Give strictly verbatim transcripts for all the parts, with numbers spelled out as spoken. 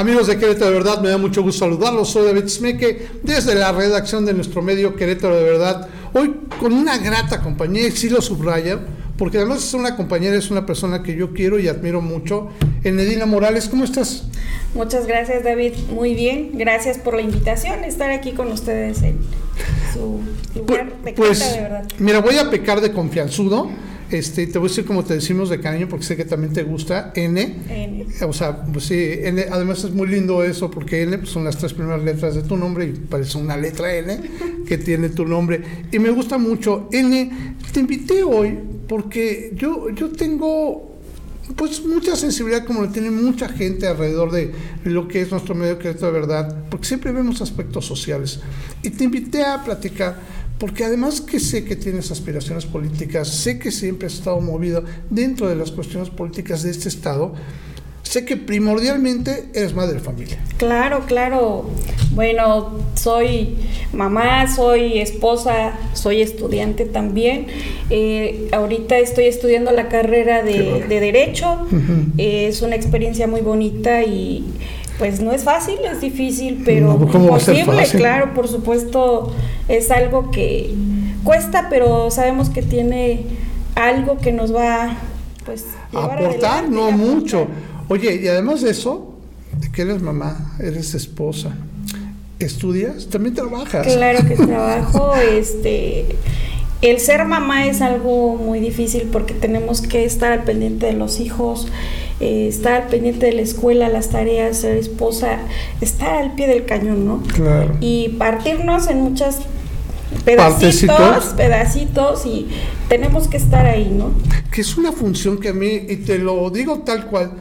Amigos de Querétaro de Verdad, me da mucho gusto saludarlos. Soy David Smeke, desde la redacción de nuestro medio Querétaro de Verdad. Hoy con una grata compañía, y sí lo subrayo, porque además es una compañera, es una persona que yo quiero y admiro mucho. Enedina Morales, ¿cómo estás? Muchas gracias, David. Muy bien. Gracias por la invitación, estar aquí con ustedes en su lugar de pues, Querétaro de Verdad. Mira, voy a pecar de confianzudo. Este, te voy a decir como te decimos de cariño, porque sé que también te gusta, N. N. O sea, pues sí, N. Además es muy lindo eso, porque N pues, son las tres primeras letras de tu nombre y parece una letra N que tiene tu nombre. Y me gusta mucho. N, te invité hoy porque yo, yo tengo pues mucha sensibilidad, como lo tiene mucha gente alrededor de lo que es nuestro medio Querétaro de Verdad, porque siempre vemos aspectos sociales. Y te invité a platicar porque además que sé que tienes aspiraciones políticas, sé que siempre has estado movido dentro de las cuestiones políticas de este estado, sé que primordialmente eres madre de familia. Claro, claro. Bueno, soy mamá, soy esposa, soy estudiante también. Eh, ahorita estoy estudiando la carrera de, de Derecho. Uh-huh. Eh, es una experiencia muy bonita y pues no es fácil, es difícil, pero no, ¿cómo posible, va a ser fácil? Claro, por supuesto, es algo que cuesta, pero sabemos que tiene algo que nos va pues a aportar, no a mucho. Oye, y además de eso, de que eres mamá, eres esposa, estudias, también trabajas. Claro que trabajo, este... El ser mamá es algo muy difícil porque tenemos que estar al pendiente de los hijos, eh, estar al pendiente de la escuela, las tareas, ser esposa, estar al pie del cañón, ¿no? Claro. Y partirnos en muchos pedacitos, Partecitos. pedacitos y tenemos que estar ahí, ¿no? Que es una función que a mí, y te lo digo tal cual,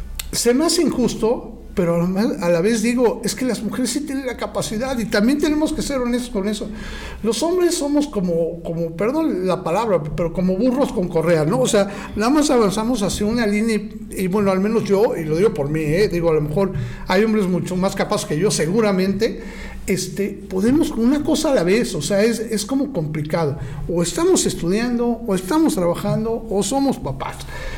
se me hace injusto, pero a la vez digo, es que las mujeres sí tienen la capacidad y también tenemos que ser honestos con eso. Los hombres somos como, como perdón la palabra, pero como burros con correa, ¿no? O sea, nada más avanzamos hacia una línea y, y bueno, al menos yo, y lo digo por mí, ¿eh? Digo, a lo mejor hay hombres mucho más capaces que yo, seguramente, este, podemos con una cosa a la vez, o sea, es, es como complicado. O estamos estudiando, o estamos trabajando, o somos papás.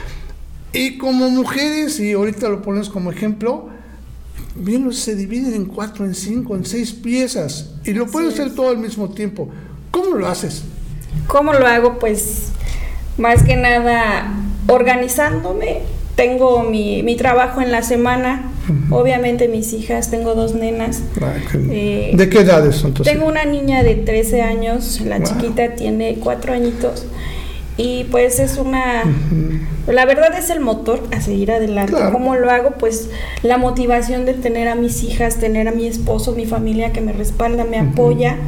Y como mujeres, y ahorita lo ponemos como ejemplo, bien, se dividen en cuatro, en cinco, en seis piezas y lo puedes hacer todo al mismo tiempo. ¿Cómo lo haces? ¿Cómo lo hago? Pues más que nada organizándome. Tengo mi, mi trabajo en la semana, uh-huh. Obviamente mis hijas, tengo dos nenas. Ay, qué... eh, ¿De qué edades son tus hijas? Tengo una niña de trece años, la wow. chiquita tiene cuatro añitos. Y pues es una, uh-huh. la verdad es el motor a seguir adelante. Claro. ¿Cómo lo hago? Pues la motivación de tener a mis hijas, tener a mi esposo, mi familia que me respalda, me uh-huh. apoya,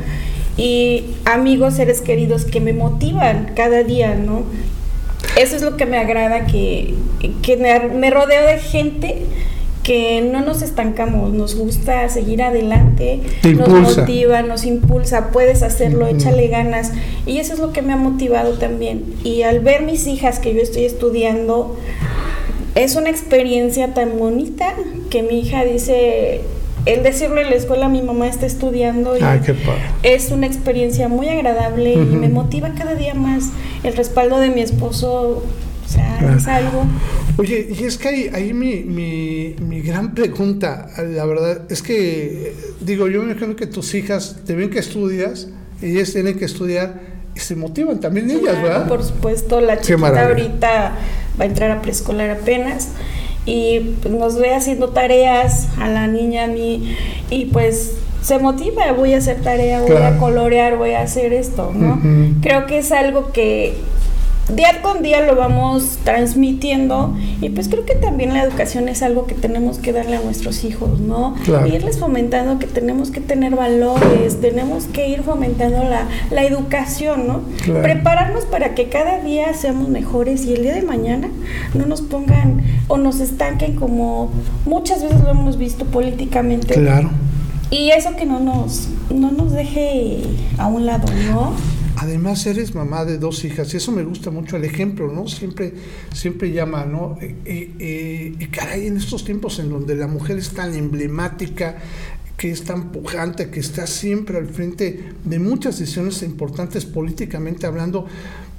y amigos, seres queridos que me motivan cada día, ¿no? Eso es lo que me agrada, que, que me, me rodeo de gente que no nos estancamos, nos gusta seguir adelante, nos motiva, nos impulsa, puedes hacerlo, uh-huh. échale ganas, y eso es lo que me ha motivado también. Y al ver mis hijas que yo estoy estudiando, es una experiencia tan bonita que mi hija dice, el decirle en la escuela, mi mamá está estudiando, y ay, qué padre. Es una experiencia muy agradable, uh-huh. y me motiva cada día más. El respaldo de mi esposo, o sea, claro. es algo. Oye, y es que ahí, ahí mi, mi, mi gran pregunta, la verdad, es que, digo, yo me imagino que tus hijas te ven que estudias, ellas tienen que estudiar y se motivan también ellas, claro, ¿verdad? Por supuesto, la chiquita ahorita va a entrar a preescolar apenas y pues, nos ve haciendo tareas, a la niña, a mí, y pues se motiva, voy a hacer tarea, voy claro. a colorear, voy a hacer esto, ¿no? Uh-huh. Creo que es algo que día con día lo vamos transmitiendo, y pues creo que también la educación es algo que tenemos que darle a nuestros hijos, ¿no? Claro. Irles fomentando que tenemos que tener valores, tenemos que ir fomentando la, la educación, ¿no? Claro. Prepararnos para que cada día seamos mejores y el día de mañana no nos pongan o nos estanquen como muchas veces lo hemos visto políticamente. Claro. Y eso que no nos, no nos deje a un lado, ¿no? Además eres mamá de dos hijas, y eso me gusta mucho, el ejemplo, ¿no? Siempre, siempre llama, ¿no? Y, y, y caray, en estos tiempos en donde la mujer es tan emblemática, que es tan pujante, que está siempre al frente de muchas decisiones importantes políticamente hablando,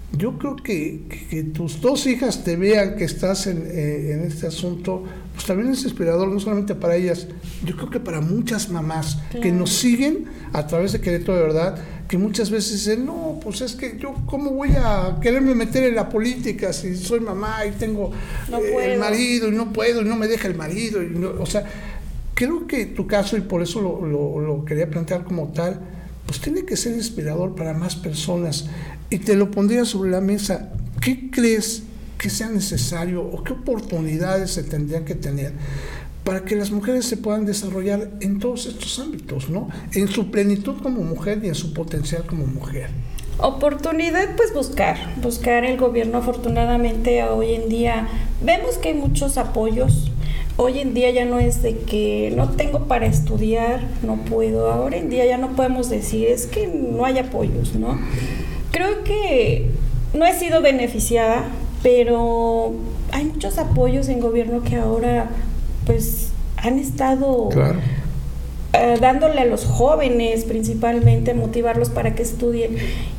yo creo que, que, que tus dos hijas te vean que estás en, eh, en este asunto, pues también es inspirador, no solamente para ellas, yo creo que para muchas mamás, claro, que nos siguen a través de Querétaro de Verdad, que muchas veces dicen, no, pues es que yo, ¿cómo voy a quererme meter en la política si soy mamá y tengo no eh, el marido y no puedo y no me deja el marido? Y no, o sea, creo que tu caso, y por eso lo, lo, lo quería plantear como tal, pues tiene que ser inspirador para más personas. Y te lo pondría sobre la mesa. ¿Qué crees que sea necesario o qué oportunidades se tendrían que tener para que las mujeres se puedan desarrollar en todos estos ámbitos, ¿no? En su plenitud como mujer y en su potencial como mujer? Oportunidad, pues buscar, buscar el gobierno. Afortunadamente hoy en día vemos que hay muchos apoyos. Hoy en día ya no es de que no tengo para estudiar, no puedo. Ahora en día ya no podemos decir, es que no hay apoyos, ¿no? Creo que no he sido beneficiada, pero hay muchos apoyos en gobierno que ahora pues han estado, claro, eh, dándole a los jóvenes principalmente, motivarlos para que estudien,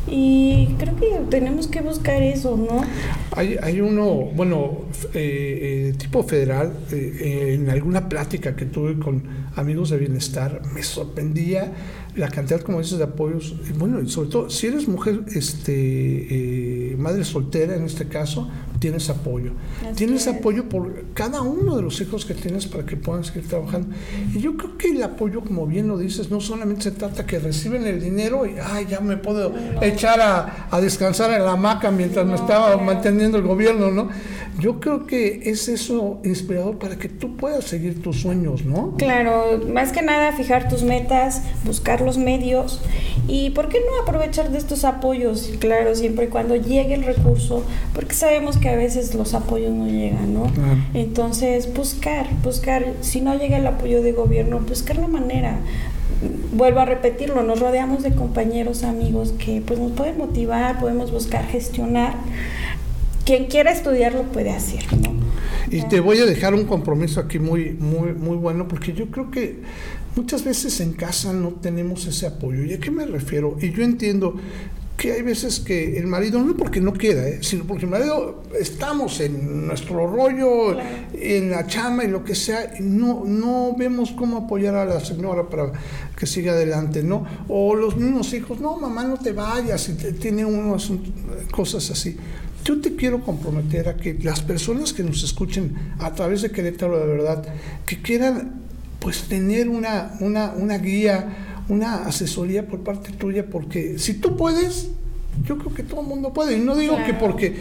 y creo que tenemos que buscar eso, ¿no? Hay, hay uno, bueno, eh, eh, tipo federal, eh, eh, en alguna plática que tuve con amigos de bienestar, me sorprendía la cantidad, como dices, de apoyos. Y bueno, y sobre todo, si eres mujer, este, eh, madre soltera en este caso, tienes apoyo. Así tienes es. apoyo por cada uno de los hijos que tienes para que puedan seguir trabajando. Y yo creo que el apoyo, como bien lo dices, no solamente se trata que reciben el dinero y, ay, ya me puedo no. echar a, a descansar en la hamaca mientras no, me estaba no. manteniendo el gobierno, ¿no? Yo creo que es eso inspirador para que tú puedas seguir tus sueños, ¿no? Claro, más que nada fijar tus metas, buscar los medios y ¿por qué no aprovechar de estos apoyos? Claro, siempre y cuando llegue el recurso, porque sabemos que a veces los apoyos no llegan, ¿no? Ah. Entonces, buscar, buscar, si no llega el apoyo de gobierno, buscar la manera. Vuelvo a repetirlo, nos rodeamos de compañeros, amigos que pues nos pueden motivar, podemos buscar gestionar. Quien quiera estudiar lo puede hacer, ¿no? Y te voy a dejar un compromiso aquí muy, muy, muy bueno, porque yo creo que muchas veces en casa no tenemos ese apoyo. ¿Y a qué me refiero? Y yo entiendo que hay veces que el marido, no porque no quiera, ¿eh? sino porque el marido estamos en nuestro rollo, claro, en la chama y lo que sea, y no, no vemos cómo apoyar a la señora para que siga adelante, ¿no? O los mismos hijos, no, mamá, no te vayas, y te, tiene unas cosas así. Yo te quiero comprometer a que las personas que nos escuchen a través de Querétaro de Verdad, que quieran pues tener una, una, una guía, una asesoría por parte tuya, porque si tú puedes, yo creo que todo el mundo puede. Y no digo claro. que porque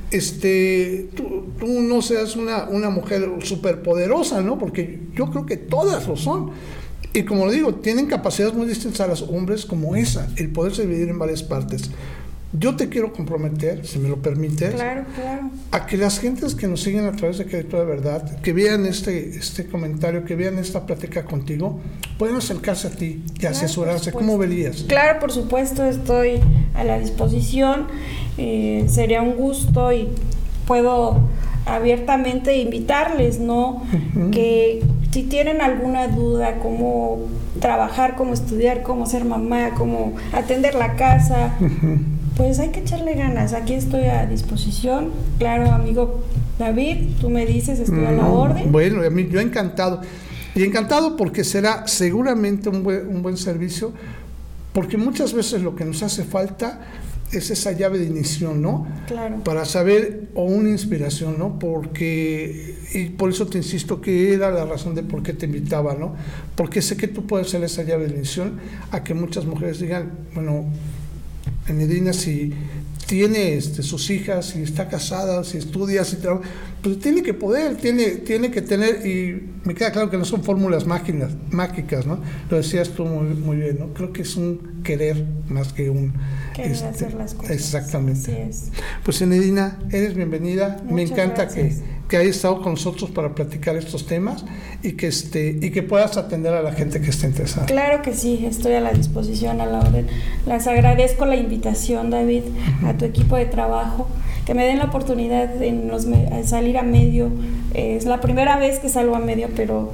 este, tú, tú no seas una, una mujer superpoderosa, ¿no? Porque yo creo que todas lo son. Y como digo, tienen capacidades muy distintas a los hombres como esa, el poderse dividir en varias partes. Yo te quiero comprometer, si me lo permites, claro, claro, a que las gentes que nos siguen a través de Querétaro de Verdad, que vean este, este comentario, que vean esta plática contigo, pueden acercarse a ti y claro, asesorarse. ¿Cómo verías? Claro, por supuesto, estoy a la disposición. Eh, sería un gusto y puedo abiertamente invitarles, ¿no? Uh-huh. Que si tienen alguna duda, cómo trabajar, cómo estudiar, cómo ser mamá, cómo atender la casa, uh-huh, pues hay que echarle ganas. Aquí estoy a disposición. Claro, amigo David, tú me dices, estoy mm, a la orden. Bueno, a mí yo encantado. Y encantado porque será seguramente un buen, un buen servicio, porque muchas veces lo que nos hace falta es esa llave de inicio, ¿no? Claro. Para saber, o una inspiración, ¿no? Porque, y por eso te insisto que era la razón de por qué te invitaba, ¿no? Porque sé que tú puedes ser esa llave de inicio a que muchas mujeres digan, bueno, Enedina, si tiene este, sus hijas, si está casada, si estudia, si trabaja, pues tiene que poder, tiene, tiene que tener, y me queda claro que no son fórmulas máquinas, mágicas, ¿no? Lo decías tú muy, muy bien, ¿no? Creo que es un querer más que un... Querer este, hacer las cosas. Exactamente. Así es. Pues Enedina, eres bienvenida. Muchas me encanta gracias. que, que hayas estado con nosotros para platicar estos temas y que, este, y que puedas atender a la gente que esté interesada. Claro que sí, estoy a la disposición, a la orden. Les agradezco la invitación, David, uh-huh, a tu equipo de trabajo, que me den la oportunidad de nos, salir a medio. Es la primera vez que salgo a medio, pero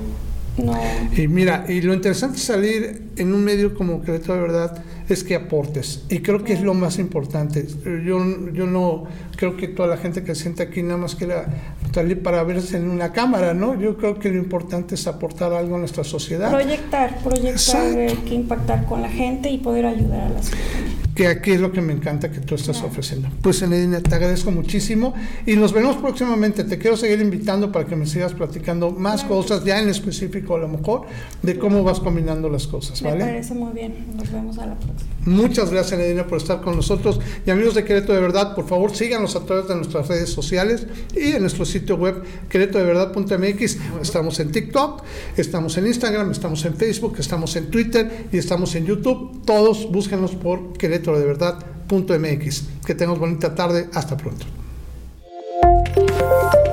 No. Y mira, y lo interesante de salir en un medio como Querétaro de Verdad es que aportes, y creo que es lo más importante. Yo, yo no creo que toda la gente que se sienta aquí nada más quiera salir para verse en una cámara, ¿no? Yo creo que lo importante es aportar algo a nuestra sociedad. Proyectar, proyectar, eh, que impactar con la gente y poder ayudar a la sociedad. Que aquí es lo que me encanta que tú estás claro. ofreciendo. Pues Enedina, te agradezco muchísimo y nos vemos próximamente. Te quiero seguir invitando para que me sigas platicando más claro. cosas, ya en específico a lo mejor, de cómo vas combinando las cosas, ¿vale? Me parece muy bien. Nos vemos a la próxima. Muchas gracias, Enedina, por estar con nosotros. Y amigos de Querétaro de Verdad, por favor, síganos a través de nuestras redes sociales y en nuestro sitio web querétaro de verdad punto m x. Estamos en TikTok, estamos en Instagram, estamos en Facebook, estamos en Twitter y estamos en YouTube. Todos búsquenos por querétaro de verdad punto m x. Que tengamos bonita tarde. Hasta pronto.